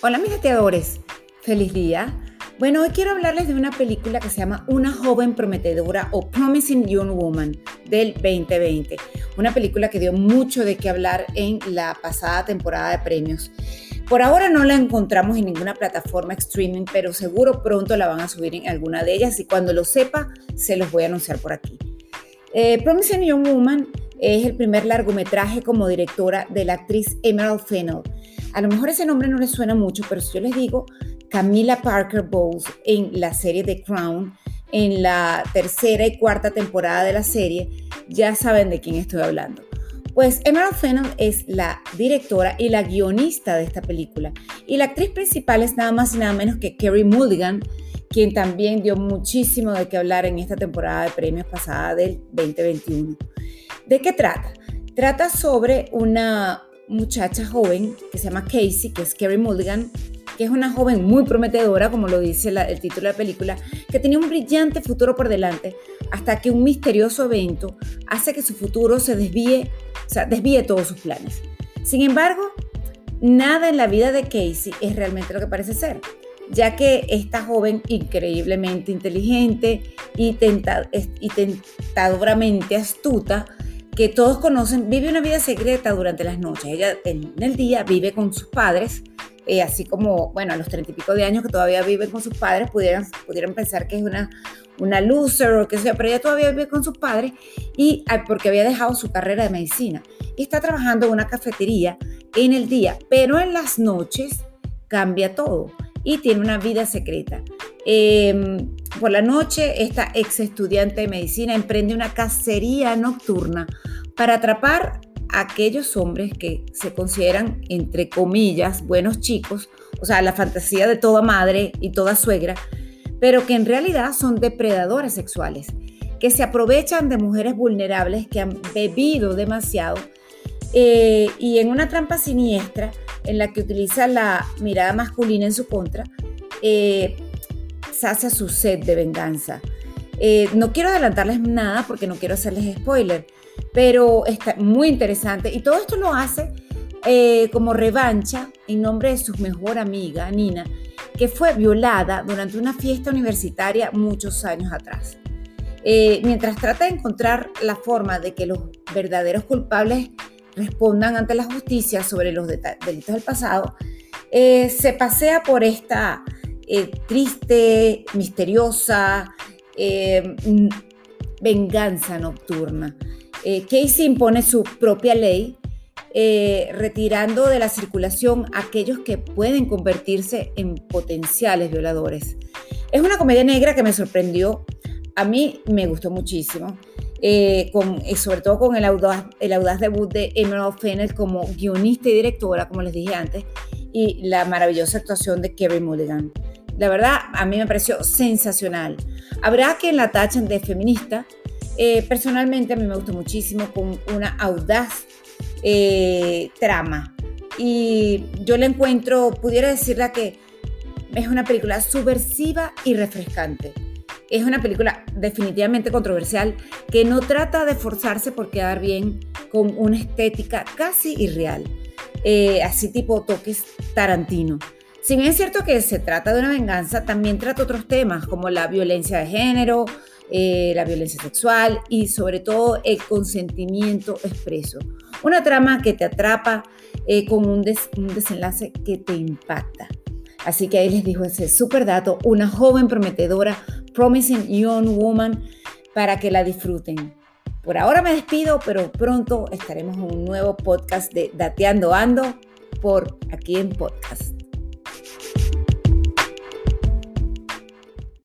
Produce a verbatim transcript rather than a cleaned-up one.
Hola mis dateadores, feliz día. Bueno, hoy quiero hablarles de una película que se llama Una joven prometedora o Promising Young Woman del veinte veinte. Una película que dio mucho de qué hablar en la pasada temporada de premios. Por ahora no la encontramos en ninguna plataforma streaming, pero seguro pronto la van a subir en alguna de ellas y cuando lo sepa se los voy a anunciar por aquí. Eh, Promising Young Woman es el primer largometraje como directora de la actriz Emerald Fennell. A lo mejor ese nombre no les suena mucho, pero si yo les digo Camilla Parker Bowles en la serie The Crown, en la tercera y cuarta temporada de la serie, ya saben de quién estoy hablando. Pues Emerald Fennell es la directora y la guionista de esta película. Y la actriz principal es nada más y nada menos que Carey Mulligan, quien también dio muchísimo de qué hablar en esta temporada de premios pasada del veinte veintiuno. ¿De qué trata? Trata sobre una muchacha joven que se llama Casey, que es Carey Mulligan, que es una joven muy prometedora, como lo dice la, el título de la película, que tenía un brillante futuro por delante, hasta que un misterioso evento hace que su futuro se desvíe, o sea, desvíe todos sus planes. Sin embargo, nada en la vida de Casey es realmente lo que parece ser, ya que esta joven increíblemente inteligente y, tenta, y tentadoramente astuta, que todos conocen, vive una vida secreta durante las noches. Ella en el día vive con sus padres, eh, así como, bueno, a los treinta y pico de años que todavía viven con sus padres, pudieran, pudieran pensar que es una, una loser o qué sea, pero ella todavía vive con sus padres y porque había dejado su carrera de medicina. Y está trabajando en una cafetería en el día, pero en las noches cambia todo y tiene una vida secreta. Eh, por la noche, esta ex estudiante de medicina emprende una cacería nocturna para atrapar a aquellos hombres que se consideran, entre comillas, buenos chicos, o sea, la fantasía de toda madre y toda suegra, pero que en realidad son depredadores sexuales, que se aprovechan de mujeres vulnerables que han bebido demasiado eh, y en una trampa siniestra en la que utiliza la mirada masculina en su contra, eh, sacia su sed de venganza. Eh, no quiero adelantarles nada porque no quiero hacerles spoiler, pero está muy interesante y todo esto lo hace eh, como revancha en nombre de su mejor amiga, Nina, que fue violada durante una fiesta universitaria muchos años atrás. Eh, mientras trata de encontrar la forma de que los verdaderos culpables respondan ante la justicia sobre los delitos del pasado, eh, se pasea por esta eh, triste, misteriosa eh, venganza nocturna. Eh, Casey impone su propia ley, eh, retirando de la circulación a aquellos que pueden convertirse en potenciales violadores. Es una comedia negra que me sorprendió. A mí me gustó muchísimo. Eh, con, y sobre todo con el audaz, el audaz debut de Emerald Fennell como guionista y directora, como les dije antes, y la maravillosa actuación de Carey Mulligan. La verdad, a mí me pareció sensacional. Habrá quien la tachen de feminista. Eh, personalmente, a mí me gustó muchísimo, con una audaz eh, trama. Y yo la encuentro, pudiera decirla que es una película subversiva y refrescante. Es una película definitivamente controversial que no trata de forzarse por quedar bien con una estética casi irreal, eh, así tipo toques Tarantino. Si bien es cierto que se trata de una venganza, también trata otros temas como la violencia de género, eh, la violencia sexual y sobre todo el consentimiento expreso. Una trama que te atrapa eh, con un, des- un desenlace que te impacta. Así que ahí les digo ese súper dato, Una joven prometedora, Promising Young Woman, para que la disfruten. Por ahora me despido, pero pronto estaremos en un nuevo podcast de Dateando Ando por aquí en Podcast.